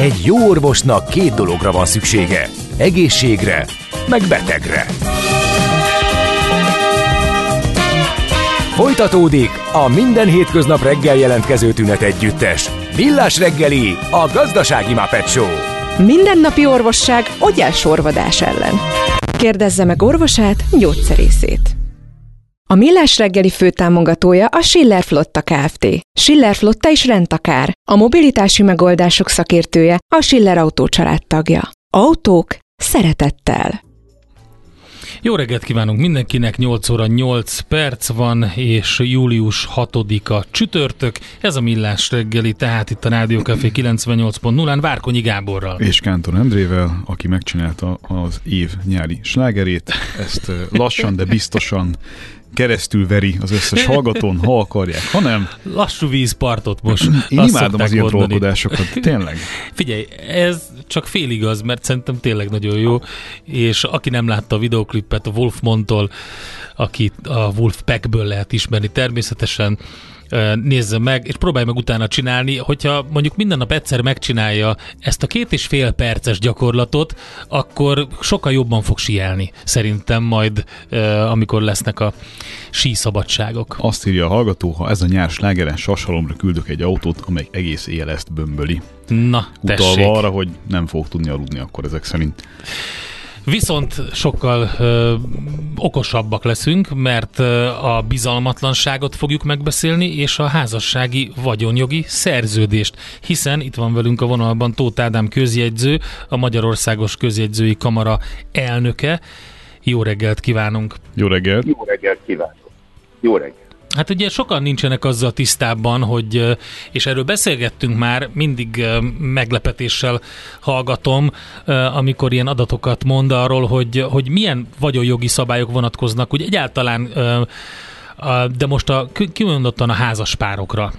Egy jó orvosnak két dologra van szüksége. Egészségre, meg betegre. Folytatódik a minden hétköznap reggel jelentkező tünet együttes. Millás reggeli, a gazdasági Muppet Show. Mindennapi orvosság ogyásorvadás ellen. Kérdezze meg orvosát, gyógyszerészét. A Millás reggeli főtámogatója a Schiller Flotta Kft. Schiller Flotta és rendtakár. A mobilitási megoldások szakértője, a Schiller Autó család tagja. Autók szeretettel. Jó reggelt kívánunk mindenkinek, 8 óra 8 perc van, és július 6-a csütörtök. Ez a Millás reggeli, tehát itt a Rádió Café 98.0-án Várkonyi Gáborral. És Kántor Endrével, aki megcsinálta az év nyári slágerét. Ezt lassan, de biztosan keresztül veri az összes hallgatón, ha akarják, ha nem. Lassú vízpartot most. Én imádom az ilyen trollkodásokat, tényleg. Figyelj, ez csak fél igaz, mert szerintem tényleg nagyon jó, és aki nem látta a videoklippet a Wolfmontól, akit a Wolfpackből lehet ismerni természetesen, nézze meg, és próbálj meg utána csinálni, hogyha mondjuk minden nap egyszer megcsinálja ezt a 2,5 perces gyakorlatot, akkor sokkal jobban fog síelni, szerintem majd, amikor lesznek a síszabadságok. Azt írja a hallgató, ha ez a nyár slágeren Sashalomra küldök egy autót, amely egész éjjel ezt bömböli. Na, tessék. Utalva arra, hogy nem fog tudni aludni akkor ezek szerint. Viszont sokkal okosabbak leszünk, mert a bizalmatlanságot fogjuk megbeszélni, és a házassági vagyonjogi szerződést, hiszen itt van velünk a vonalban Tóth Ádám közjegyző, a Magyarországos Közjegyzői Kamara elnöke. Jó reggelt kívánunk! Jó reggelt! Jó reggelt kívánok! Jó reggelt! Hát ugye sokan nincsenek azzal tisztában, hogy, és erről beszélgettünk már, mindig meglepetéssel hallgatom, amikor ilyen adatokat mond arról, hogy milyen vagyonjogi szabályok vonatkoznak, úgy egyáltalán, de most kimondottan a házaspárokra.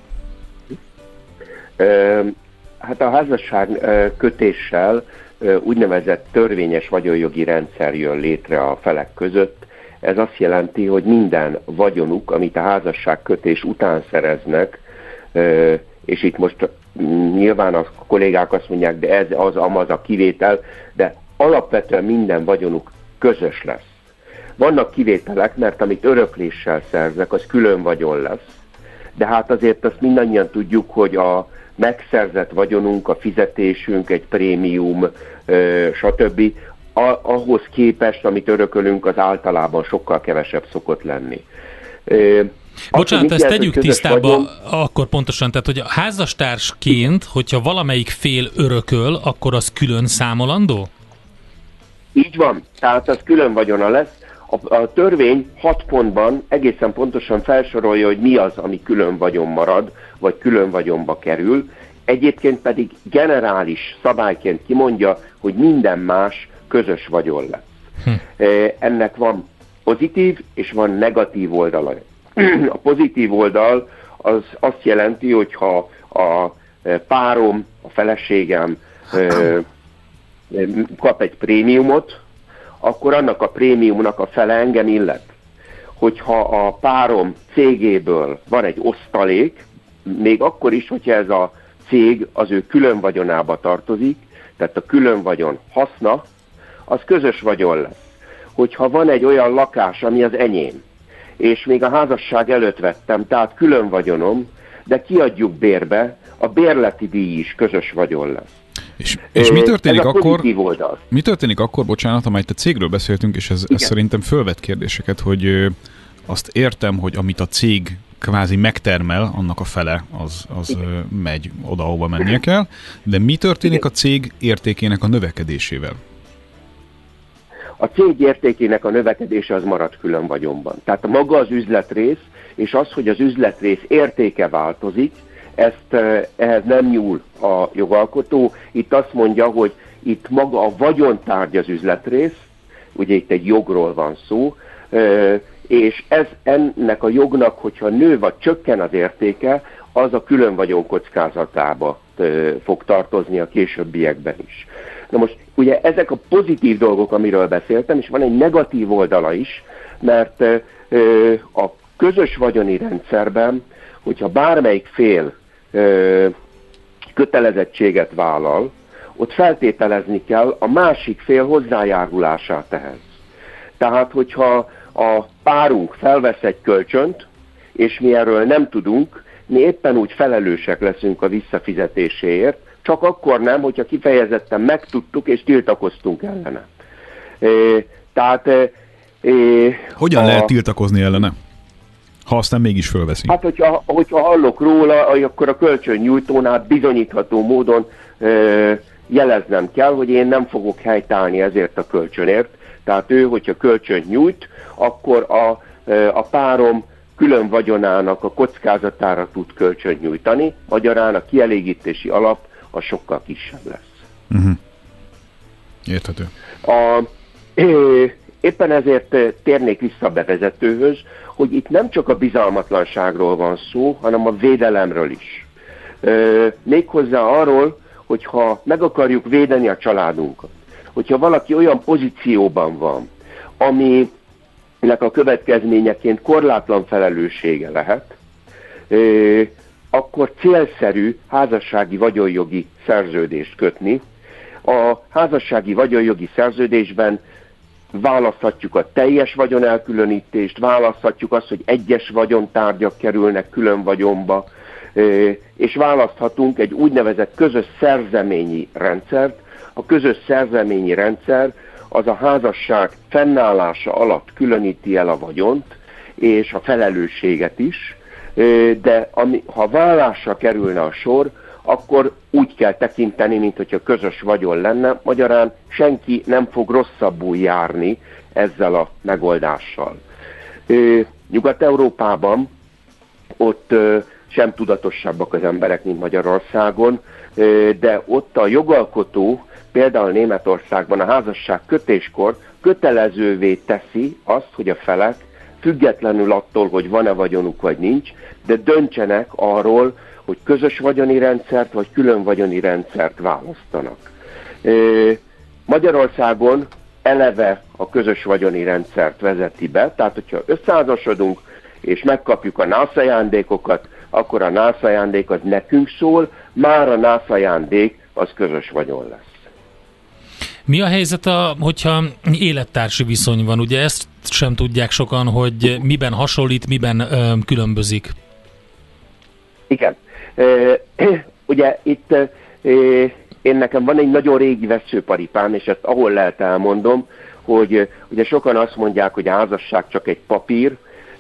Hát a házasság kötéssel úgynevezett törvényes vagyonjogi rendszer jön létre a felek között. Ez azt jelenti, hogy minden vagyonuk, amit a házasságkötés után szereznek, és itt most nyilván a kollégák azt mondják, de ez az a kivétel, de alapvetően minden vagyonuk közös lesz. Vannak kivételek, mert amit örökléssel szerzek, az külön vagyon lesz. De hát azért azt mindannyian tudjuk, hogy a megszerzett vagyonunk, a fizetésünk, egy prémium, stb., ahhoz képest, amit örökölünk, az általában sokkal kevesebb szokott lenni. Bocsánat, ezt tegyük tisztába akkor pontosan, tehát hogy a házastársként, hogyha valamelyik fél örököl, akkor az külön számolandó? Így van, tehát az külön vagyona lesz. A törvény 6 pontban egészen pontosan felsorolja, hogy mi az, ami külön vagyon marad, vagy külön vagyonba kerül. Egyébként pedig generális szabályként kimondja, hogy minden más közös vagyon lesz. Ennek van pozitív és van negatív oldala. A pozitív oldal az azt jelenti, hogy ha a párom, a feleségem kap egy prémiumot, akkor annak a prémiumnak a fele engem illet. Hogyha a párom cégéből van egy osztalék, még akkor is, hogyha ez a cég az ő külön vagyonába tartozik, tehát a külön vagyon haszna, az közös vagyon lesz. Hogyha van egy olyan lakás, ami az enyém, és még a házasság előtt vettem, tehát külön vagyonom, de kiadjuk bérbe, a bérleti díj is közös vagyon lesz. És mi történik akkor? Mi történik akkor, bocsánat, amelyet a cégről beszéltünk, és ez szerintem fölvet kérdéseket, hogy azt értem, hogy amit a cég kvázi megtermel, annak a fele az megy oda, ahova mennie kell, de mi történik a cég értékének a növekedésével? A cég értékének a növekedése az marad külön vagyonban. Tehát maga az üzletrész, és az, hogy az üzletrész értéke változik, ehhez nem nyúl a jogalkotó. Itt azt mondja, hogy itt maga a vagyontárgy az üzletrész, ugye itt egy jogról van szó, és ennek a jognak, hogyha nő vagy csökken az értéke, az a külön vagyon kockázatába fog tartozni a későbbiekben is. Na most ugye ezek a pozitív dolgok, amiről beszéltem, és van egy negatív oldala is, mert a közös vagyoni rendszerben, hogyha bármelyik fél kötelezettséget vállal, ott feltételezni kell a másik fél hozzájárulását ehhez. Tehát, hogyha a párunk felvesz egy kölcsönt, és mi erről nem tudunk, mi éppen úgy felelősek leszünk a visszafizetéséért, csak akkor nem, hogyha kifejezetten megtudtuk és tiltakoztunk ellene. Hogyan lehet tiltakozni ellene, ha aztán mégis fölveszi? Hát, hogyha hallok róla, akkor a kölcsönnyújtónál bizonyítható módon jeleznem kell, hogy én nem fogok helytállni ezért a kölcsönért. Tehát ő, hogyha kölcsönt nyújt, akkor a párom külön vagyonának a kockázatára tud kölcsönt nyújtani, magyarán a kielégítési alap az sokkal kisebb lesz. Uh-huh. Érthető. Éppen ezért térnék vissza a bevezetőhöz, hogy itt nem csak a bizalmatlanságról van szó, hanem a védelemről is. Méghozzá arról, hogyha meg akarjuk védeni a családunkat, hogyha valaki olyan pozícióban van, aminek a következményeként korlátlan felelőssége lehet, akkor célszerű házassági vagyonjogi szerződést kötni. A házassági vagyonjogi szerződésben választhatjuk a teljes vagyonelkülönítést, választhatjuk azt, hogy egyes vagyontárgyak kerülnek külön vagyonba, és választhatunk egy úgynevezett közös szerzeményi rendszert. A közös szerzeményi rendszer az a házasság fennállása alatt különíti el a vagyont, és a felelősséget is, de ha vállásra kerülne a sor, akkor úgy kell tekinteni, mint hogyha közös vagyon lenne, magyarán senki nem fog rosszabbul járni ezzel a megoldással. Nyugat-Európában ott sem tudatosabbak az emberek, mint Magyarországon, de ott a jogalkotó, például Németországban a házasság kötéskor kötelezővé teszi azt, hogy a felek függetlenül attól, hogy van-e vagyonuk vagy nincs, de döntsenek arról, hogy közös vagyoni rendszert vagy külön vagyoni rendszert választanak. Magyarországon eleve a közös vagyoni rendszert vezeti be, tehát hogyha összeházasodunk és megkapjuk a nászajándékokat, akkor a nászajándék az nekünk szól, már a nászajándék az közös vagyon lesz. Mi a helyzet, hogyha élettársi viszony van? Ugye ezt sem tudják sokan, hogy miben hasonlít, miben különbözik. Igen. Ugye itt nekem van egy nagyon régi vesszőparipám, és ezt ahol lehet elmondom, hogy ugye sokan azt mondják, hogy a házasság csak egy papír,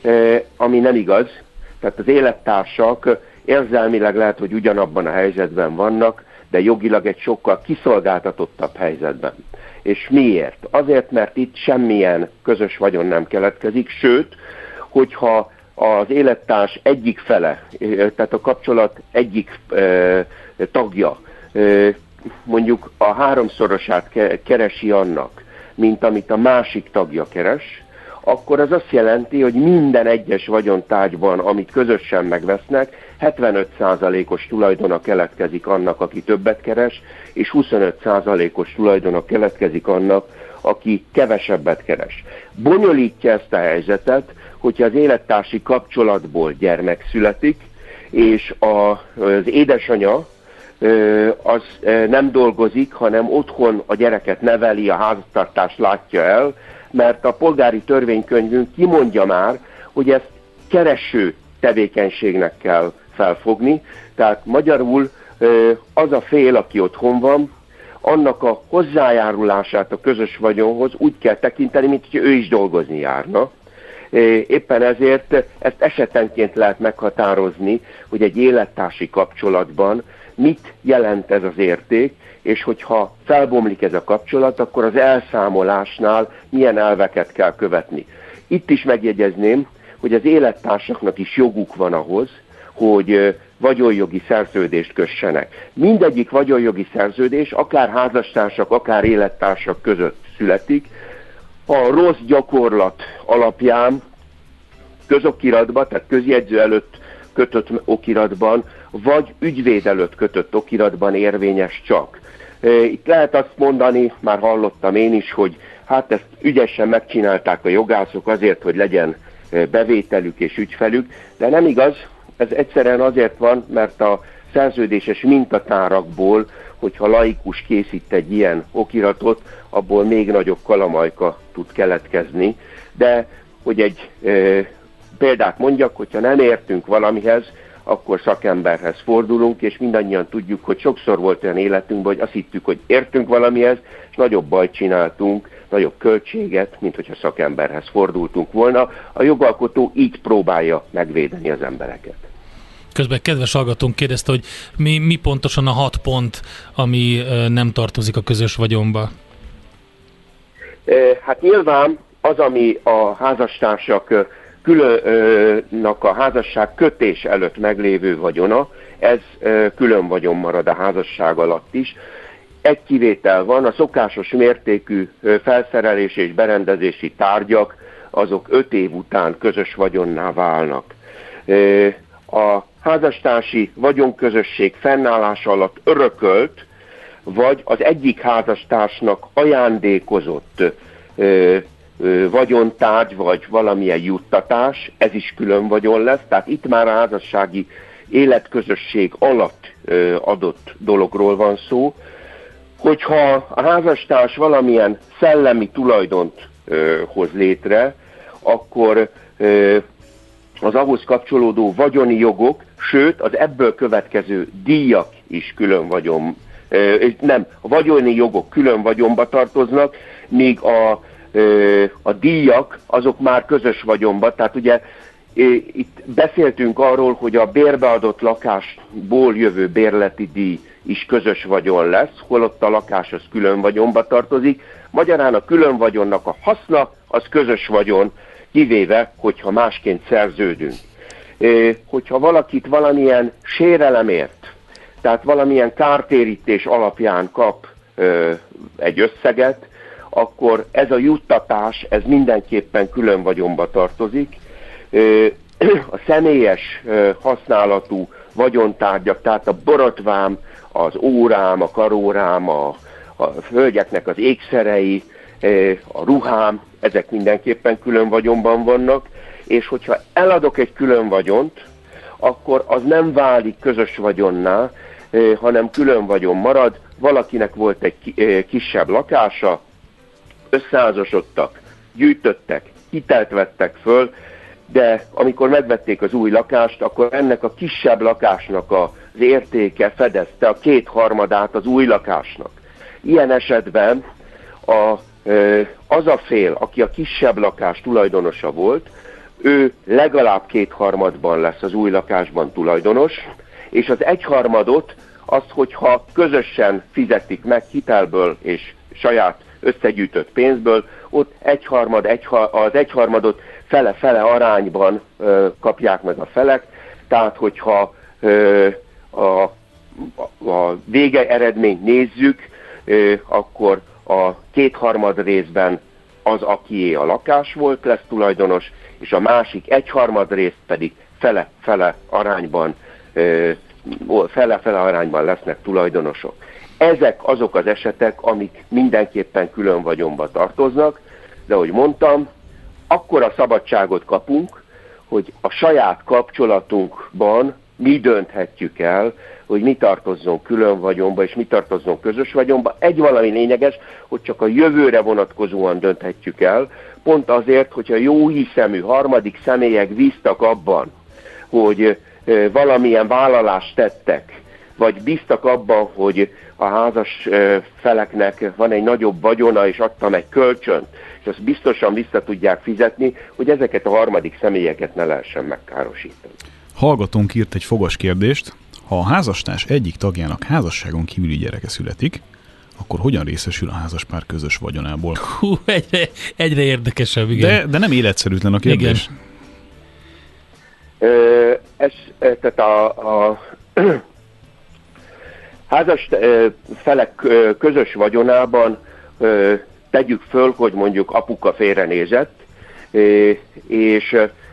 ami nem igaz. Tehát az élettársak érzelmileg lehet, hogy ugyanabban a helyzetben vannak, de jogilag egy sokkal kiszolgáltatottabb helyzetben. És miért? Azért, mert itt semmilyen közös vagyon nem keletkezik, sőt, hogyha az élettárs egyik fele, tehát a kapcsolat egyik tagja mondjuk a háromszorosát keresi annak, mint amit a másik tagja keres, akkor az azt jelenti, hogy minden egyes vagyontárgyban, amit közösen megvesznek, 75%-os tulajdona keletkezik annak, aki többet keres, és 25%-os tulajdona keletkezik annak, aki kevesebbet keres. Bonyolítja ezt a helyzetet, hogyha az élettársi kapcsolatból gyermek születik, és az édesanya az nem dolgozik, hanem otthon a gyereket neveli, a háztartást látja el, mert a polgári törvénykönyvünk kimondja már, hogy ezt kereső tevékenységnek kell felfogni, tehát magyarul az a fél, aki otthon van, annak a hozzájárulását a közös vagyonhoz úgy kell tekinteni, mint hogy ő is dolgozni járna. Éppen ezért ezt esetenként lehet meghatározni, hogy egy élettársi kapcsolatban mit jelent ez az érték, és hogyha felbomlik ez a kapcsolat, akkor az elszámolásnál milyen elveket kell követni. Itt is megjegyezném, hogy az élettársaknak is joguk van ahhoz, hogy vagyonjogi szerződést kössenek. Mindegyik vagyonjogi szerződés, akár házastársak, akár élettársak között születik, a rossz gyakorlat alapján közokiratban, tehát közjegyző előtt kötött okiratban, vagy ügyvéd előtt kötött okiratban érvényes csak. Itt lehet azt mondani, már hallottam én is, hogy hát ezt ügyesen megcsinálták a jogászok azért, hogy legyen bevételük és ügyfelük, de nem igaz, ez egyszerűen azért van, mert a szerződéses mintatárakból, hogyha laikus készít egy ilyen okiratot, abból még nagyobb kalamajka tud keletkezni. De, hogy egy példát mondjak, hogyha nem értünk valamihez, akkor szakemberhez fordulunk, és mindannyian tudjuk, hogy sokszor volt olyan életünkben, hogy azt hittük, hogy értünk valamihez, és nagyobb bajt csináltunk, nagyobb költséget, mint hogyha szakemberhez fordultunk volna. A jogalkotó így próbálja megvédeni az embereket. Közben kedves hallgatónk kérdezte, hogy mi pontosan a 6 pont, ami nem tartozik a közös vagyonba? Hát nyilván az, ami a házastársak különnak a házasság kötés előtt meglévő vagyona, ez külön vagyon marad a házasság alatt is. Egy kivétel van, a szokásos mértékű felszerelés és berendezési tárgyak, azok 5 év után közös vagyonná válnak. A házastársi vagyonközösség fennállása alatt örökölt, vagy az egyik házastársnak ajándékozott vagyontárgy, vagy valamilyen juttatás, ez is külön vagyon lesz, tehát itt már a házassági életközösség alatt adott dologról van szó. Hogyha a házastárs valamilyen szellemi tulajdont hoz létre, akkor az ahhoz kapcsolódó vagyoni jogok, sőt az ebből következő díjak is külön vagyon, a vagyoni jogok külön vagyonba tartoznak, míg a díjak azok már közös vagyonba, tehát ugye itt beszéltünk arról, hogy a bérbeadott lakásból jövő bérleti díj is közös vagyon lesz, holott a lakás az külön vagyonba tartozik. Magyarán a külön vagyonnak a haszna az közös vagyon, kivéve, hogyha másként szerződünk. Hogyha valakit valamilyen sérelemért, tehát valamilyen kártérítés alapján kap egy összeget, akkor ez a juttatás, ez mindenképpen külön vagyonba tartozik. A személyes használatú vagyontárgyak, tehát a borotvám, az órám, a karórám, a hölgyeknek az ékszerei, a ruhám, ezek mindenképpen külön vagyonban vannak, és hogyha eladok egy külön vagyont, akkor az nem válik közös vagyonná, hanem külön vagyon marad. Valakinek volt egy kisebb lakása, összeházasodtak, gyűjtöttek, hitelt vettek föl, de amikor megvették az új lakást, akkor ennek a kisebb lakásnak az értéke fedezte a 2/3 az új lakásnak. Ilyen esetben az a fél, aki a kisebb lakás tulajdonosa volt, ő legalább 2/3 lesz az új lakásban tulajdonos, és az 1/3 azt, hogyha közösen fizetik meg hitelből és saját összegyűjtött pénzből, ott az 1/3 fele-fele arányban kapják meg a felek, tehát hogyha a vége eredményt nézzük, akkor a 2/3 részben az, akié a lakás volt, lesz tulajdonos, és a másik 1/3 részt pedig fele-fele arányban lesznek tulajdonosok. Ezek azok az esetek, amik mindenképpen külön vagyonba tartoznak, de ahogy mondtam, akkora szabadságot kapunk, hogy a saját kapcsolatunkban mi dönthetjük el, hogy mi tartozzon külön vagyonba, és mi tartozzon közös vagyonba. Egy valami lényeges, hogy csak a jövőre vonatkozóan dönthetjük el, pont azért, hogyha jó hiszemű harmadik személyek bíztak abban, hogy valamilyen vállalást tettek, vagy bíztak abban, hogy a házas feleknek van egy nagyobb vagyona, és adtam egy kölcsönt, és azt biztosan vissza tudják fizetni, hogy ezeket a harmadik személyeket ne lehessen megkárosítani. Hallgatónk írt egy fogos kérdést: ha a házastárs egyik tagjának házasságon kívüli gyereke születik, akkor hogyan részesül a házaspár közös vagyonából? Egyre érdekesebb, igen. De nem életszerűtlen a kérdés. Tehát a házas felek közös vagyonában tegyük föl, hogy mondjuk apuka félrenézett, és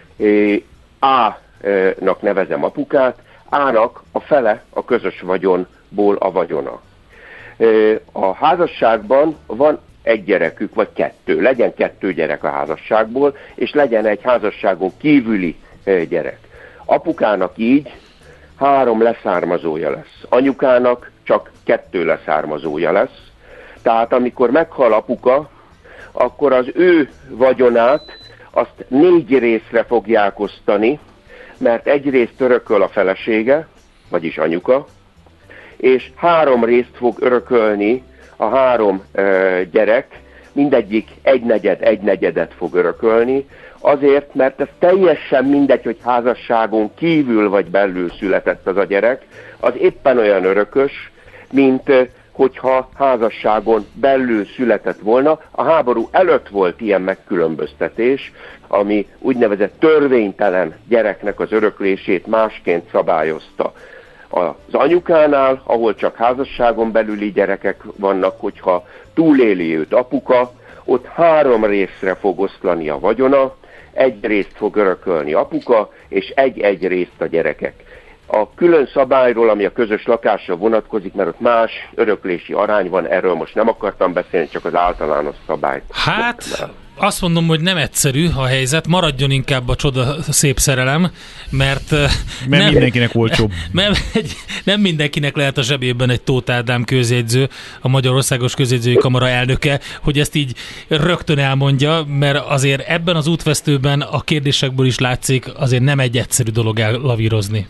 A-nak nevezem apukát, A-nak a fele a közös vagyonból a vagyona. A házasságban van egy gyerekük, vagy 2. Legyen 2 gyerek a házasságból, és legyen egy házasságon kívüli gyerek. Apukának így 3 leszármazója lesz. Anyukának csak 2 leszármazója lesz. Tehát amikor meghal apuka, akkor az ő vagyonát azt 4 részre fogják osztani, mert egy részt örököl a felesége, vagyis anyuka, és 3 részt fog örökölni a 3 gyerek, mindegyik 1/4 fog örökölni, azért, mert ez teljesen mindegy, hogy házasságon kívül vagy belül született az a gyerek, az éppen olyan örökös, mint hogyha házasságon belül született volna. A háború előtt volt ilyen megkülönböztetés, ami úgynevezett törvénytelen gyereknek az öröklését másként szabályozta. Az anyukánál, ahol csak házasságon belüli gyerekek vannak, hogyha túléli őt apuka, ott 3 részre fog oszlani a vagyona, 1 részt fog örökölni apuka, és 1 részt a gyerekek. A külön szabályról, ami a közös lakásra vonatkozik, mert ott más öröklési arány van, erről most nem akartam beszélni, csak az általános szabályt. Hát, azt mondom, hogy nem egyszerű a helyzet, maradjon inkább a csoda szép szerelem, mert nem mindenkinek olcsóbb. Nem mindenkinek lehet a zsebében egy Tóth Ádám közjegyző, a Magyarországos Közjegyzői Kamara elnöke, hogy ezt így rögtön elmondja, mert azért ebben az útvesztőben a kérdésekből is látszik, azért nem egy egyszerű dolog ellavírozni.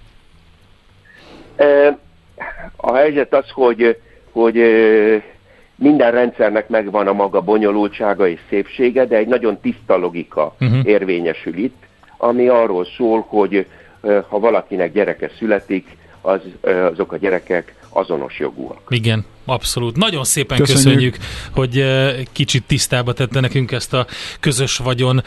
A helyzet az, hogy minden rendszernek megvan a maga bonyolultsága és szépsége, de egy nagyon tiszta logika érvényesül itt, ami arról szól, hogy ha valakinek gyereke születik, azok a gyerekek azonos jogúak. Igen, abszolút. Nagyon szépen köszönjük, hogy kicsit tisztába tette nekünk ezt a közös vagyon,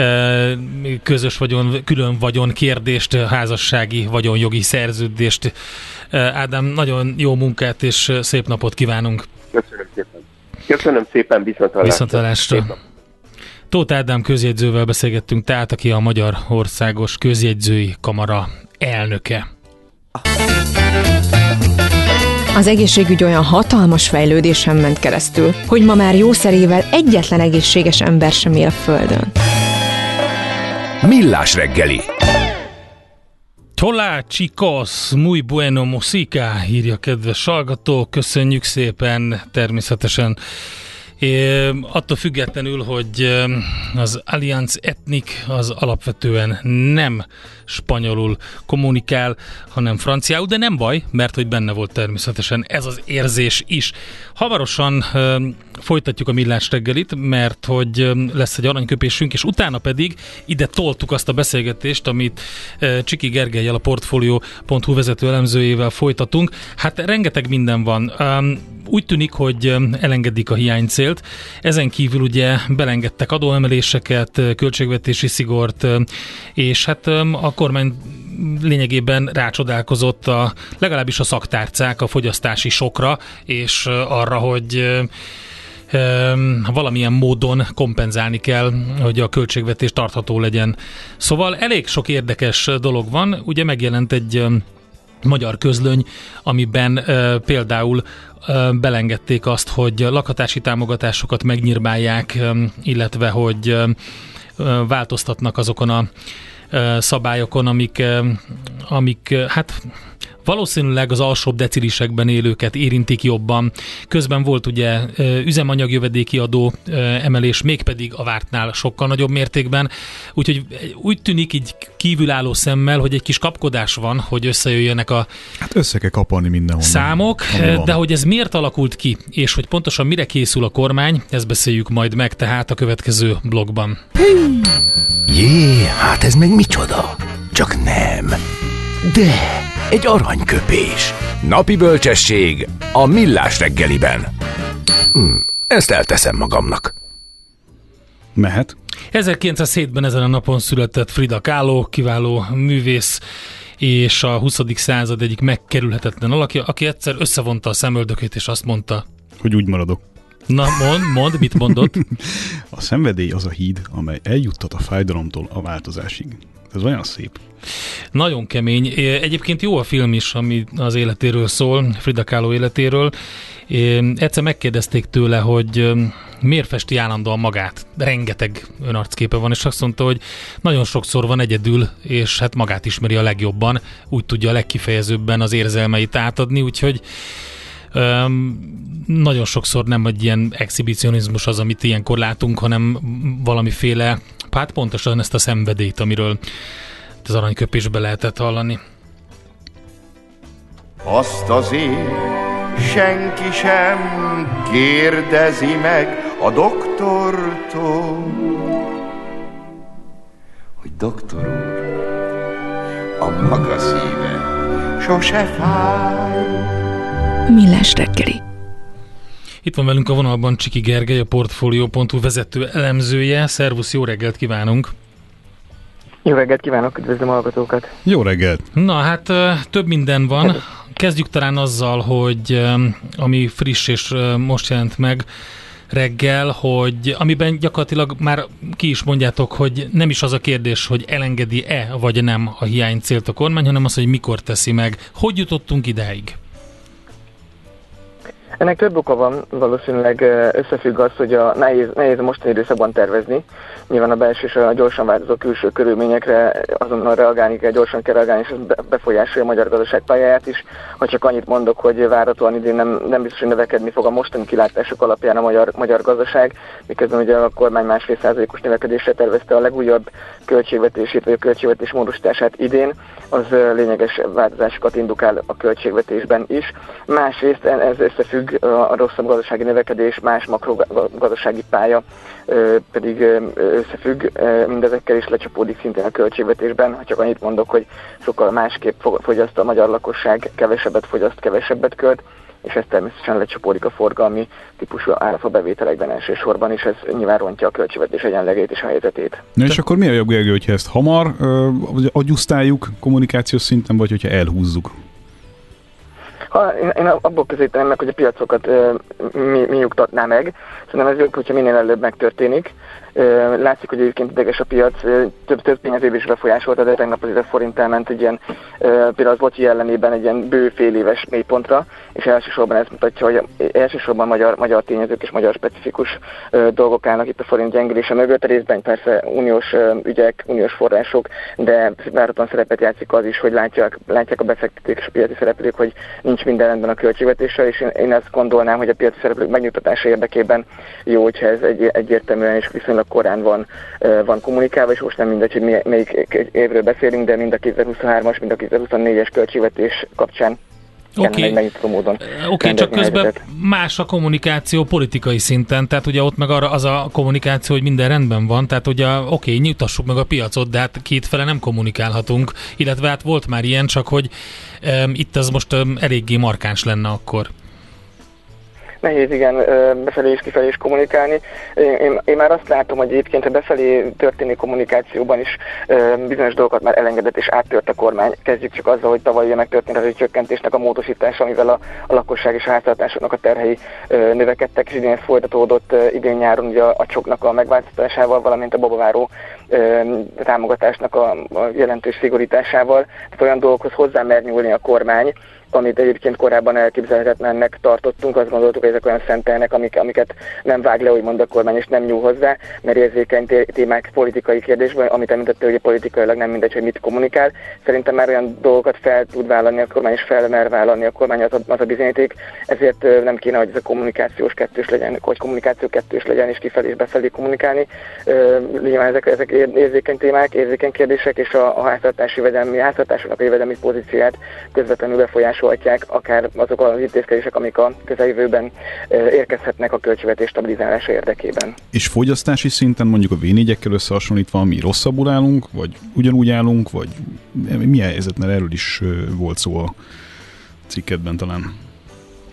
külön vagyon kérdést, házassági vagyonjogi szerződést. Ádám, nagyon jó munkát és szép napot kívánunk. Köszönöm szépen. Köszönöm szépen, viszonthallásra. Tóth Ádám közjegyzővel beszélgettünk, tehát aki a Magyarországos Közjegyzői Kamara elnöke. Az egészségügy olyan hatalmas fejlődésen ment keresztül, hogy ma már jószerével egyetlen egészséges ember sem él a Földön. Millás reggeli. Hola chicos, muy bueno música, írja kedves hallgató, köszönjük szépen, természetesen. Attól függetlenül, hogy az Allianz Ethnic az alapvetően nem spanyolul kommunikál, hanem franciául, de nem baj, mert hogy benne volt természetesen ez az érzés is. Hamarosan folytatjuk a Millás reggelit, mert hogy lesz egy aranyköpésünk, és utána pedig ide toltuk azt a beszélgetést, amit Csiki Gergellyel, a Portfolio.hu vezető elemzőjével folytatunk. Hát rengeteg minden van. Úgy tűnik, hogy elengedik a hiánycélt. Ezen kívül ugye belengedtek adóemeléseket, költségvetési szigort, és hát a kormány lényegében rácsodálkozott legalábbis a szaktárcák a fogyasztási sokra, és arra, hogy valamilyen módon kompenzálni kell, hogy a költségvetés tartható legyen. Szóval elég sok érdekes dolog van. Ugye megjelent egy magyar közlöny, amiben például belengedték azt, hogy lakhatási támogatásokat megnyírbálják, illetve hogy változtatnak azokon a szabályokon, amik hát valószínűleg az alsóbb decilisekben élőket érintik jobban. Közben volt ugye üzemanyagjövedéki adó emelés, mégpedig a vártnál sokkal nagyobb mértékben. Úgyhogy úgy tűnik így kívülálló szemmel, hogy egy kis kapkodás van, hogy összejöjjenek a össze kell kapalni mindenhonnan számok, de hogy ez miért alakult ki, és hogy pontosan mire készül a kormány, ezt beszéljük majd meg tehát a következő blogban. Jé, hát ez meg micsoda? Csak nem. De egy aranyköpés. Napi bölcsesség a Millás reggeliben. Ezt elteszem magamnak. Mehet. 1907-ben ezen a napon született Frida Kahlo, kiváló művész, és a 20. század egyik megkerülhetetlen alakja, aki egyszer összevonta a szemöldökét, és azt mondta, hogy úgy maradok. Na, mondd, mit mondott? A szenvedély az a híd, amely eljuttat a fájdalomtól a változásig. Ez olyan szép. Nagyon kemény. Egyébként jó a film is, ami az életéről szól, Frida Kahlo életéről. Egyszer megkérdezték tőle, hogy miért festi állandóan magát? Rengeteg önarcképe van, és azt mondta, hogy nagyon sokszor van egyedül, és hát magát ismeri a legjobban, úgy tudja a legkifejezőbben az érzelmeit átadni, úgyhogy nagyon sokszor nem egy ilyen exhibicionizmus az, amit ilyenkor látunk, hanem valamiféle, hát pontosan ezt a szenvedélyt, amiről az aranyköpésbe lehetett hallani. Azt azért senki sem kérdezi meg a doktortól, hogy doktor úr, a maga szíve sose fáj. Millás reggeli. Itt van velünk a vonalban Csiki Gergely, a Portfolio.hu vezető elemzője. Szervusz, jó reggelt kívánunk! Jó reggelt kívánok, üdvözlöm a hallgatókat! Jó reggelt! Na hát több minden van. Kezdjük talán azzal, hogy ami friss és most jelent meg reggel, hogy amiben gyakorlatilag már ki is mondjátok, hogy nem is az a kérdés, hogy elengedi-e vagy nem a hiánycélt a kormány, hanem az, hogy mikor teszi meg. Hogy jutottunk idáig? Ennek több oka van, valószínűleg összefügg az, hogy nehéz a mostani időszakban tervezni. Nyilván a belső és a gyorsan változó külső körülményekre azonnal reagálni kell, gyorsan kell reagálni, és ez befolyásolja a magyar gazdaság pályáját is. Ha csak annyit mondok, hogy várhatóan idén nem biztos, hogy növekedni fog a mostani kilátások alapján a magyar gazdaság, miközben ugye a kormány 1,5%-os növekedésre tervezte a legújabb költségvetését, vagy a költségvetés módosítását idén, az lényeges változásokat indukál a költségvetésben is. Másrészt ez összefügg a rosszabb gazdasági növekedés, más makrogazdasági pálya pedig összefügg, mindezekkel is lecsapódik szintén a költségvetésben. Ha csak annyit mondok, hogy sokkal másképp fogyaszt a magyar lakosság, kevesebbet fogyaszt, kevesebbet költ, és ez természetesen lecsapódik a forgalmi típusú árafabevételekben elsősorban, és ez nyilván rontja a költségvetés egyenlegét és a helyzetét. Na és akkor mi a jobb, Gergő, hogyha ezt hamar agyusztáljuk kommunikációs szinten, vagy hogyha elhúzzuk? Én abból közelíteném meg, hogy a piacokat mi nyugtatná meg. Szerintem ez jobb, hogyha minél előbb megtörténik. Látszik, hogy egyébként ideges a piac, több tényező is befolyásolta, de tegnap az forint elment egy ilyen, például az Lotyi ellenében egy ilyen bő fél éves mélypontra, és elsősorban ez mutatja, hogy elsősorban magyar tényezők és magyar specifikus dolgok állnak itt a forint gyengülése mögött, részben persze uniós ügyek, uniós források, de várhatóan szerepet játszik az is, hogy látják a befektetők és a piaci szereplők, hogy nincs minden rendben a költségvetéssel, és én azt gondolnám, hogy a piaci szereplők megnyugtatása érdekében jó, hogyha ez egyértelműen és viszonylag korán van kommunikálva, és most nem mindegy, hogy melyik évről beszélünk, de mind a 2023-as, mind a 2024-es költségvetés kapcsán Oké, csak közben más a kommunikáció politikai szinten, tehát ugye ott meg arra az a kommunikáció, hogy minden rendben van, tehát ugye nyugtassuk meg a piacot, de hát kétfele nem kommunikálhatunk, illetve hát volt már ilyen, csak hogy itt ez most eléggé markáns lenne akkor. Nehéz, igen, befelé és kifelé is kommunikálni. Én már azt látom, hogy egyébként a befelé történő kommunikációban is bizonyos dolgokat már elengedett és áttört a kormány. Kezdjük csak azzal, hogy tavaly megtörtént az csökkentésnek a módosítása, amivel a lakosság és a háztartásoknak a terhei növekedtek, és idén folytatódott idén nyáron ugye a csoknak a megváltoztatásával, valamint a babaváró támogatásnak a jelentős szigorításával. Tehát olyan dolgokhoz hozzá mer nyúlni a kormány, amit egyébként korábban elképzelhetetlennek tartottunk, azt gondoltuk, hogy ezek olyan szentelnek, amiket nem vág le, úgymond a kormány, és nem nyúl hozzá, mert érzékeny témák politikai kérdésben, amit említette, hogy politikailag nem mindegy, hogy mit kommunikál. Szerintem már olyan dolgokat fel tud vállalni a kormány, és fel vállalni a kormány, az a bizonyíték, ezért nem kéne, hogy ez a kommunikációs kettős legyen, hogy kommunikáció kettős legyen, és kifelé és befelé kommunikálni. Nyilván ezek érzékeny témák, érzékeny kérdések, és a háztartásoknak a jövedelmi pozícióját közvetlenül befolyásolhatják, akár azok az intézkedések, amik a közeljövőben érkezhetnek a költségvetés stabilizálása érdekében. És fogyasztási szinten mondjuk a V4-ekkel összehasonlítva mi rosszabbul állunk, vagy ugyanúgy állunk, vagy milyen helyzet, mert erről is volt szó a cikkedben talán.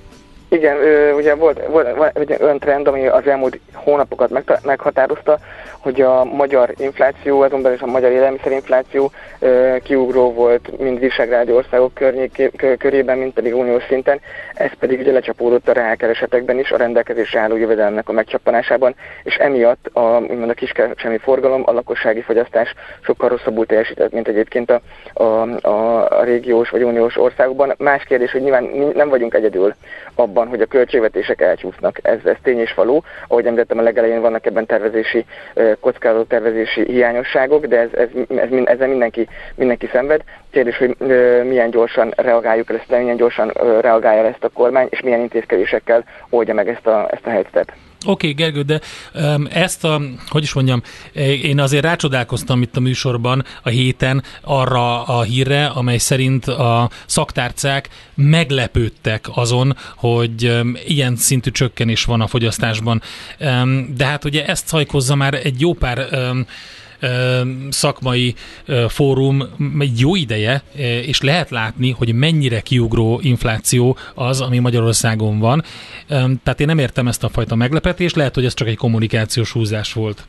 Igen, ugye volt olyan trend, ami az elmúlt hónapokat meghatározta, hogy a magyar infláció, azon belül is a magyar élelmiszerinfláció kiugró volt mind visegrádi országok körében, mind pedig uniós szinten, ez pedig ugye lecsapódott a reálkeresetekben is, a rendelkezésre álló jövedelemnek a megcsappanásában, és emiatt a kiskereskedelmi forgalom, a lakossági fogyasztás sokkal rosszabbul teljesített, mint egyébként a régiós vagy uniós országokban. Más kérdés, hogy nyilván nem vagyunk egyedül abban, hogy a költségvetések elcsúsznak. Ez tény és való. Ahogy említettem, a legelején vannak ebben kockázattervezési hiányosságok, de ezzel mindenki szenved. Kérdés, hogy milyen gyorsan reagáljuk ezt, milyen gyorsan reagálja ezt a kormány, és milyen intézkedésekkel oldja meg ezt a helyzetet. Oké, Gergő, de én azért rácsodálkoztam itt a műsorban a héten arra a hírre, amely szerint a szaktárcák meglepődtek azon, hogy ilyen szintű csökkenés van a fogyasztásban. De hát ugye ezt szajkozza már egy jó pár szakmai fórum egy jó ideje, és lehet látni, hogy mennyire kiugró infláció az, ami Magyarországon van. Tehát én nem értem ezt a fajta meglepetést, lehet, hogy ez csak egy kommunikációs húzás volt.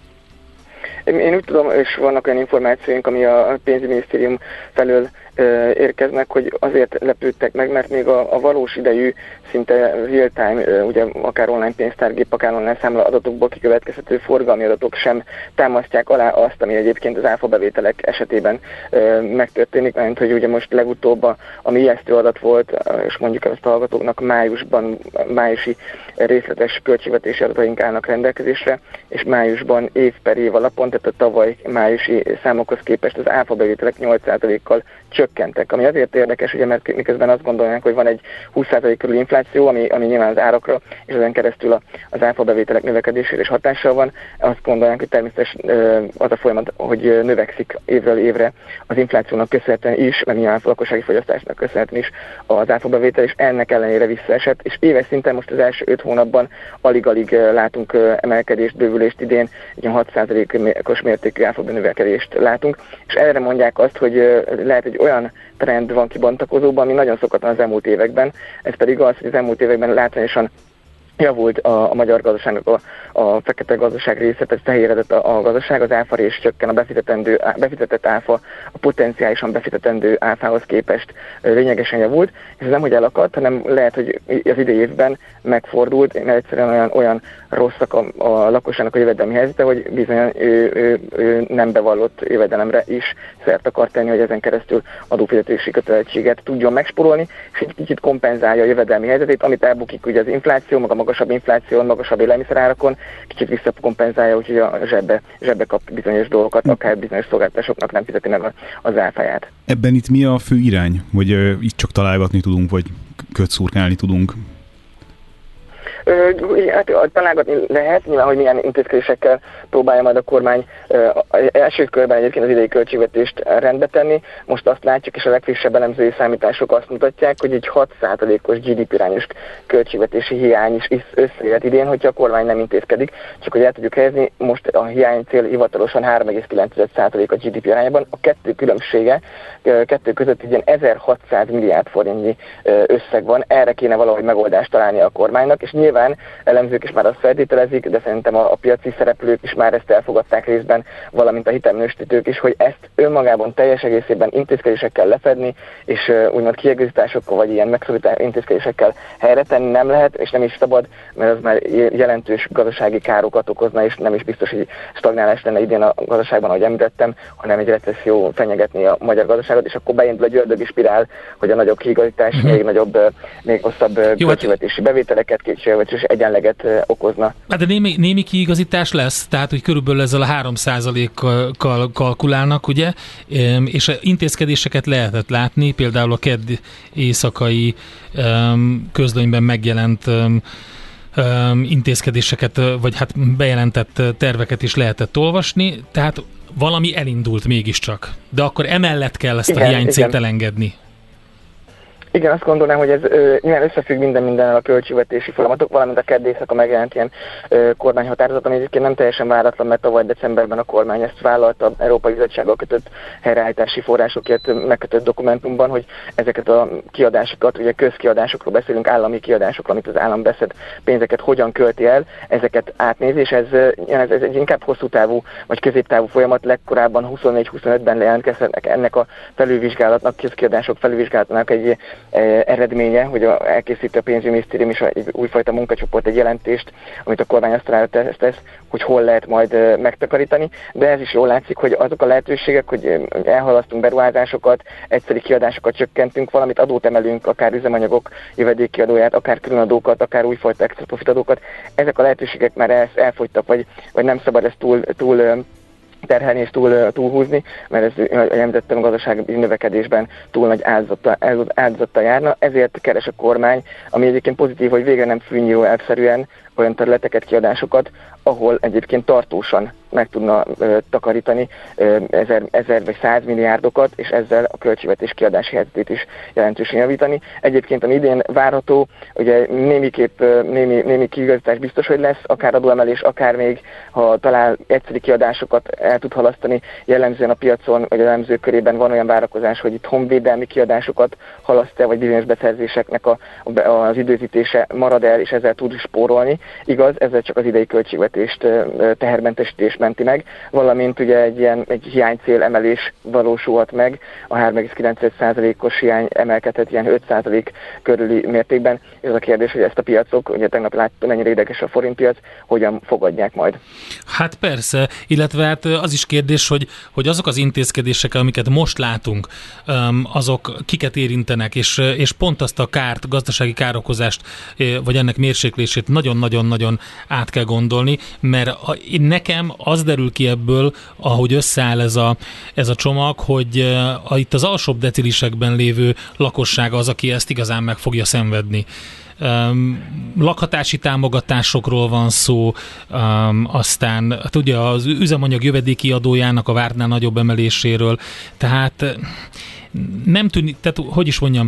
Én úgy tudom, és vannak olyan információink, ami a pénzügyminisztérium felől érkeznek, hogy azért lepődtek meg, mert még a valós idejű, szinte real-time, ugye akár online pénztárgép, akár online számla adatokból kikövetkezhető forgalmi adatok sem támasztják alá azt, ami egyébként az áfa bevételek esetében megtörténik, mert hogy ugye most legutóbb ami ijesztő adat volt, és mondjuk ezt a hallgatóknak májusi részletes költségvetési adataink állnak rendelkezésre, és májusban év per év alapon, tehát a tavaly májusi számokhoz képest az áfa bevételek 8%-kal csökkentek, ami azért érdekes, ugye, mert miközben azt gondolnánk, hogy van egy 20% körül infláció, ami nyilván az árakra, és ezen keresztül az áfa bevételek növekedésére is hatással van. Azt gondolnánk, hogy természetesen az a folyamat, hogy növekszik évről évre az inflációnak köszönhetően is, meg nyilván a lakossági fogyasztásnak köszönhetően is az áfa bevétel, és ennek ellenére visszaesett, és éves szinten most az első 5 hónapban alig-alig látunk emelkedést, bővülést idén, egy 6%-os mértékű áfa növekedést látunk, és erre mondják azt, hogy lehet egy olyan trend van kibontakozóban, ami nagyon szokatlan az elmúlt években. Ez pedig az, hogy az elmúlt években látványosan javult a magyar gazdaságnak a fekete gazdaság része, tehát fehéredett a gazdaság, az áfarés csökken, a befizetett áfa, a potenciálisan befizetendő áfához képest lényegesen javult, és ez nem hogy elakadt, hanem lehet, hogy az idei évben megfordult, mert egyszerűen olyan rosszak a lakosságnak a jövedelmi helyzete, hogy bizony ő nem bevallott jövedelemre is szert akar tenni, hogy ezen keresztül adófizetési kötelezettséget tudjon megspórolni, és egy kicsit kompenzálja a jövedelmi helyzetét, amit elbukik ugye az infláció, meg a magasabb infláción, magasabb élelmiszerárakon, kicsit visszakompenzálja, úgyhogy a zsebbe kap bizonyos dolgokat, akár bizonyos szolgáltatásoknak nem fizeti meg az áfáját. Ebben itt mi a fő irány? Vagy itt csak találgatni tudunk, vagy kötszurkálni tudunk? Hát találgatni lehet, nyilván, hogy milyen intézkedésekkel próbálja majd a kormány első körben egyébként az idei költségvetést rendbe tenni. Most azt látjuk, és a legfrissebb elemzői számítások azt mutatják, hogy egy 6%-os GDP-irányos költségvetési hiány is összejött idén, hogyha a kormány nem intézkedik. Csak hogy el tudjuk helyezni, most a hiánycél hivatalosan 3,9% a GDP arányában. A kettő között egy ilyen 1600 milliárd forintnyi összeg van. Erre kéne valahogy megoldást találni a kormánynak, és nyilván elemzők is már azt feltételezik, de szerintem a piaci szereplők is már ezt elfogadták részben, valamint a hitelminősítők is, hogy ezt önmagában teljes egészében intézkedésekkel lefedni, és úgymond kiegészításokkal vagy ilyen megszorító intézkedésekkel helyre tenni nem lehet, és nem is szabad, mert az már jelentős gazdasági károkat okozna, és nem is biztos, hogy stagnálás lenne idén a gazdaságban, ahogy említettem, hanem egy recesszió fenyegetni a magyar gazdaságot, és akkor beindul egy ördögi spirál, hogy a nagyobb kiigazítás még hosszabb költségvetési bevételeket, és egyenleget okozna. Hát de némi kiigazítás lesz, tehát hogy körülbelül ezzel a 3%-kal kalkulálnak, ugye, és intézkedéseket lehetett látni, például a kedd éjszakai közlönyben megjelent intézkedéseket, vagy hát bejelentett terveket is lehetett olvasni, tehát valami elindult mégiscsak. De akkor emellett kell ezt a hiánycélt elengedni. Igen, azt gondolnám, hogy ez nyilván összefügg mindennel a költségvetési folyamatok, valamint a kedd éjszaka megjelent ilyen kormányhatározat, ami egyébként nem teljesen váratlan, mert tavaly decemberben a kormány ezt vállalta Európai Bizottsággal kötött helyreállítási forrásokért megkötött dokumentumban, hogy ezeket a kiadásokat, ugye közkiadásokról beszélünk, állami kiadásokról, amit az állam beszed pénzeket hogyan költi el, ezeket átnézi, és ez egy inkább hosszú távú vagy középtávú folyamat, legkorábban 24-25-ben lejelentkezhetnek ennek a felülvizsgálatnak, közkiadások felülvizsgálatnak egy eredménye, hogy elkészít a pénzügyminisztérium is egy újfajta munkacsoport egy jelentést, amit a kormány azt tesz, hogy hol lehet majd megtakarítani, de ez is jól látszik, hogy azok a lehetőségek, hogy elhalasztunk beruházásokat, egyszeri kiadásokat csökkentünk, valamit adót emelünk, akár üzemanyagok jövedékkiadóját, akár különadókat, akár újfajta extra profitadókat, ezek a lehetőségek már elfogytak, vagy nem szabad ezt túl terhelni és túlhúzni, mert ez, ahogy említettem, a gazdasági növekedésben túl nagy áldozattal járna, ezért keres a kormány, ami egyébként pozitív, hogy végre nem fűnyíró elvszerűen olyan területeket, kiadásokat, ahol egyébként tartósan meg tudna takarítani 1000 vagy 100 milliárdokat, és ezzel a költségvetés kiadási helyzetét is jelentősen javítani. Egyébként ami idén várható, ugye némi kiigazítás biztos, hogy lesz, akár adóemelés, akár még, ha talál egyszeri kiadásokat el tud halasztani, jellemzően a piacon, vagy a elemzők körében van olyan várakozás, hogy itt honvédelmi kiadásokat halaszt el, vagy bizonyos beszerzéseknek az időzítése marad el, és ezzel tud spórolni. Igaz, ezzel csak az idei költségvetést, tehermentesítést menti meg, valamint ugye egy hiánycél emelés valósulhat meg, a 3,9%-os hiány emelkedhet ilyen 5% körüli mértékben. Ez a kérdés, hogy ezt a piacok, ugye tegnap láttam, mennyire ideges a forintpiac, hogyan fogadják majd. Hát persze, illetve hát az is kérdés, hogy azok az intézkedések, amiket most látunk, azok kiket érintenek, és pont azt a kárt, gazdasági károkozást, vagy ennek mérséklését nagyon-nagyon-nagyon át kell gondolni, mert nekem az derül ki ebből, ahogy összeáll ez a csomag, hogy itt az alsóbb decilisekben lévő lakosság az, aki ezt igazán meg fogja szenvedni. Lakhatási támogatásokról van szó, aztán hát ugye az üzemanyag jövedéki adójának a vártnál nagyobb emeléséről, tehát nem tűnik, tehát hogy is mondjam,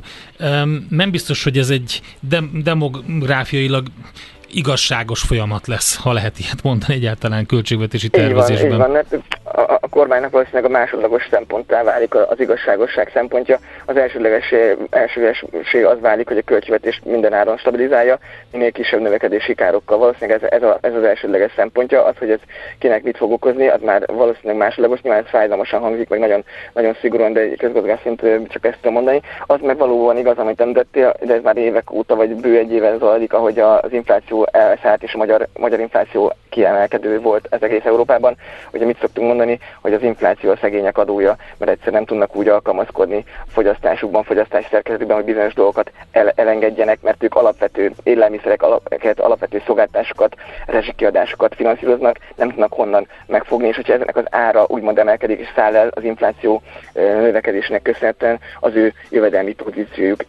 nem biztos, hogy ez egy demográfiailag igazságos folyamat lesz, ha lehet ilyet mondani egyáltalán költségvetési tervezésben. Így van. A kormánynak valószínűleg a másodlagos szemponttá válik az igazságosság szempontja. Az elsődlegesség az válik, hogy a költségvetést minden áron stabilizálja, minél kisebb növekedési károkkal. Valószínűleg ez az elsődleges szempontja, az, hogy ez kinek mit fog okozni, az már valószínűleg másodlagos, nyilván ez fájdalmasan hangzik, meg nagyon, nagyon szigorúan, de egy közgazdaság szint csak ezt tudom mondani. Az meg valóban igaz, amit említettél, de ez már évek óta, vagy bő egy éve zajlik, ahogy az infláció elszállt, és a magyar infláció kiemelkedő volt ez egész Európában. Ugye mit szoktunk mondani, hogy az infláció a szegények adója, mert egyszer nem tudnak úgy alkalmazkodni a fogyasztásukban, fogyasztási szerkezetükben, hogy bizonyos dolgokat elengedjenek, mert ők alapvető élelmiszereket, alapvető szolgáltatásokat, rezsikiadásokat finanszíroznak, nem tudnak honnan megfogni, és hogyha ezeknek az ára úgymond emelkedik és száll el az infláció növekedésének köszönhetően, az ő jövedelmi pozíciójuk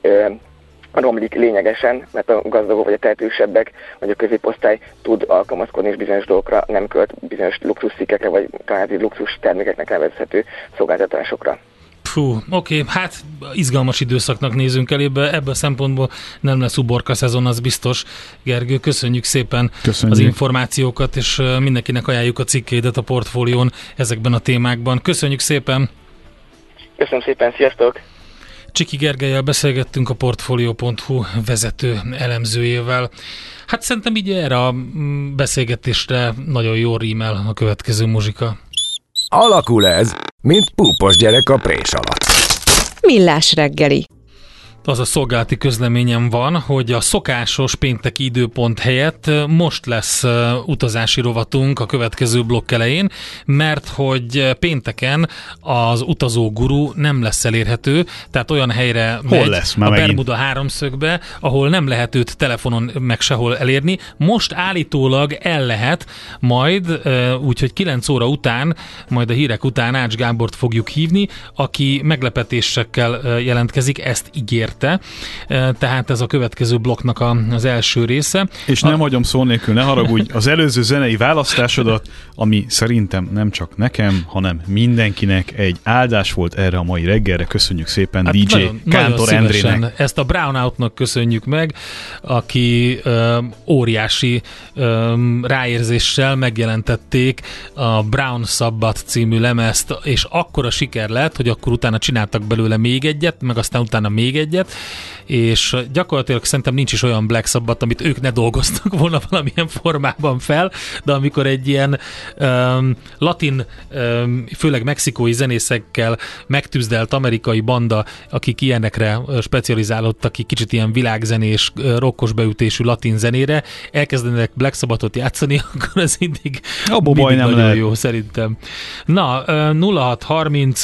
romlik lényegesen, mert a gazdagok vagy a tehetősebbek, vagy a középosztály tud alkalmazkodni, és bizonyos dolgokra nem költ, bizonyos luxusszikekre, vagy kvázi luxus termékeknek nevezhető szolgáltatásokra. Oké, hát izgalmas időszaknak nézünk elébe, ebből a szempontból nem lesz uborka szezon, az biztos. Gergő, köszönjük szépen az információkat, és mindenkinek ajánljuk a cikkeidet a Portfólión ezekben a témákban. Köszönjük szépen! Köszönöm szépen, sziasztok! Csiki Gergellyel beszélgettünk, a Portfolio.hu vezető elemzőjével. Hát szerintem így erre a beszélgetésre nagyon jól rímel a következő muzsika. Alakul ez, mint púpos gyerek a prés alatt. Millás reggeli. Az a szolgálati közleményem van, hogy a szokásos pénteki időpont helyett most lesz utazási rovatunk a következő blokk elején, mert hogy pénteken az utazó guru nem lesz elérhető, tehát olyan helyre megy lesz, a Bermuda háromszögbe, ahol nem lehet őt telefonon meg sehol elérni. Most állítólag el lehet, majd úgyhogy 9 óra után, majd a hírek után Ács Gábort fogjuk hívni, aki meglepetésekkel jelentkezik, ezt ígért elérte. Tehát ez a következő blokknak az első része. És nem hagyom szó nélkül, ne haragudj, az előző zenei választásodat, ami szerintem nem csak nekem, hanem mindenkinek egy áldás volt erre a mai reggelre. Köszönjük szépen DJ Kántor Endrének. Ezt a Brownoutnak köszönjük meg, aki óriási ráérzéssel megjelentették a Brown Sabbath című lemezt, és akkora siker lett, hogy akkor utána csináltak belőle még egyet, meg aztán utána még egyet, és gyakorlatilag szerintem nincs is olyan Black Sabbath, amit ők ne dolgoztak volna valamilyen formában fel, de amikor egy ilyen latin, főleg mexikói zenészekkel megtűzdelt amerikai banda, akik ilyenekre specializálódtak, akik kicsit ilyen világzenés, rokkos beütésű latin zenére, elkezdenek Black Sabbathot játszani, akkor ez mindig nagyon lehet. Jó szerintem. Na, 0630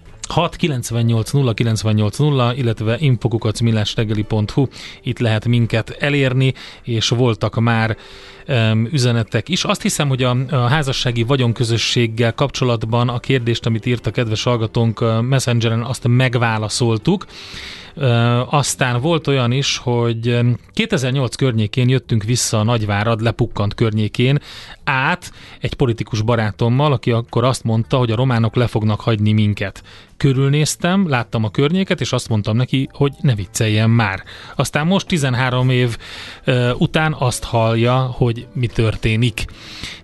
698 098 0, illetve info@millásreggeli.hu, itt lehet minket elérni, és voltak már üzenetek is. Azt hiszem, hogy a házassági vagyonközösséggel kapcsolatban a kérdést, amit írt a kedves hallgatónk Messengeren, azt megválaszoltuk. Aztán volt olyan is, hogy 2008 környékén jöttünk vissza a Nagyvárad lepukkant környékén át egy politikus barátommal, aki akkor azt mondta, hogy a románok le fognak hagyni minket. Körülnéztem, láttam a környéket, és azt mondtam neki, hogy ne vicceljen már. Aztán most 13 év után azt hallja, hogy mi történik. Szép, ...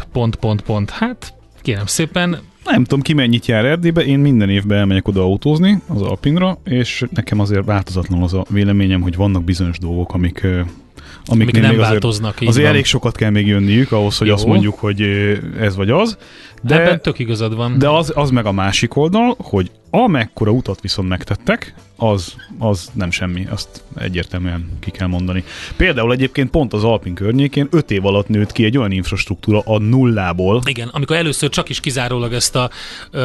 Hát, kérem szépen, nem tudom, ki mennyit jár Erdélybe, én minden évben elmegyek oda autózni, az Alpinra, és nekem azért változatlan az a véleményem, hogy vannak bizonyos dolgok, amik nem változnak. Azért elég sokat kell még jönniük ahhoz, hogy azt mondjuk, hogy ez vagy az. De ebben tök igazad van. De az meg a másik oldal, hogy amekkora utat viszont megtettek, az nem semmi, azt egyértelműen ki kell mondani. Például egyébként pont az Alpin környékén 5 év alatt nőtt ki egy olyan infrastruktúra a nullából. Igen, amikor először csak is kizárólag ezt a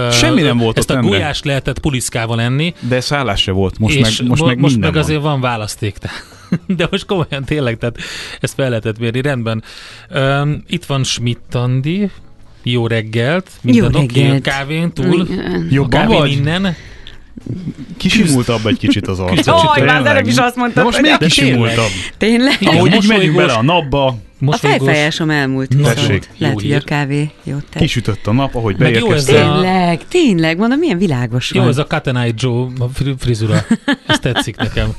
gulyást lehetett puliszkával enni. De szállás se volt, most meg azért van választék. De most komolyan tényleg, tehát ezt fel lehetett mérni. Rendben. Itt van Schmidt Andi. Jó reggelt. Minden oké, kávén túl. Jobban vagy? Innen. Kisimultabb egy kicsit az arcod. Jaj, már előbb is azt mondtad. De most még kisimultabb. Tényleg? Ahogy így megyünk bele a napba. A fejfájásom elmúlt. Tessék. Lehet, hogy a kávé jót tett. Kisütött a nap, ahogy beérkeztél. Tényleg, mondom, milyen világos van. Jó, ez a Cat and Eye Joe frizura. Ez tetszik nekem.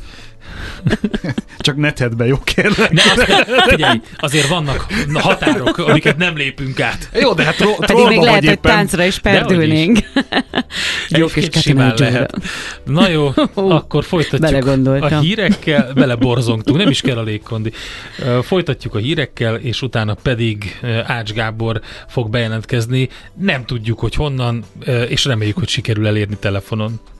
Csak ne tedd be, jó kérlek. Figyelj, azért vannak határok, amiket nem lépünk át. Jó, de hát pedig még lehet, hogy táncra is perdülnénk. Jó kis simán lehet. Na jó, akkor folytatjuk a hírekkel. Beleborzongtunk, nem is kell a légkondi. Folytatjuk a hírekkel, és utána pedig Ács Gábor fog bejelentkezni. Nem tudjuk, hogy honnan, és reméljük, hogy sikerül elérni telefonon.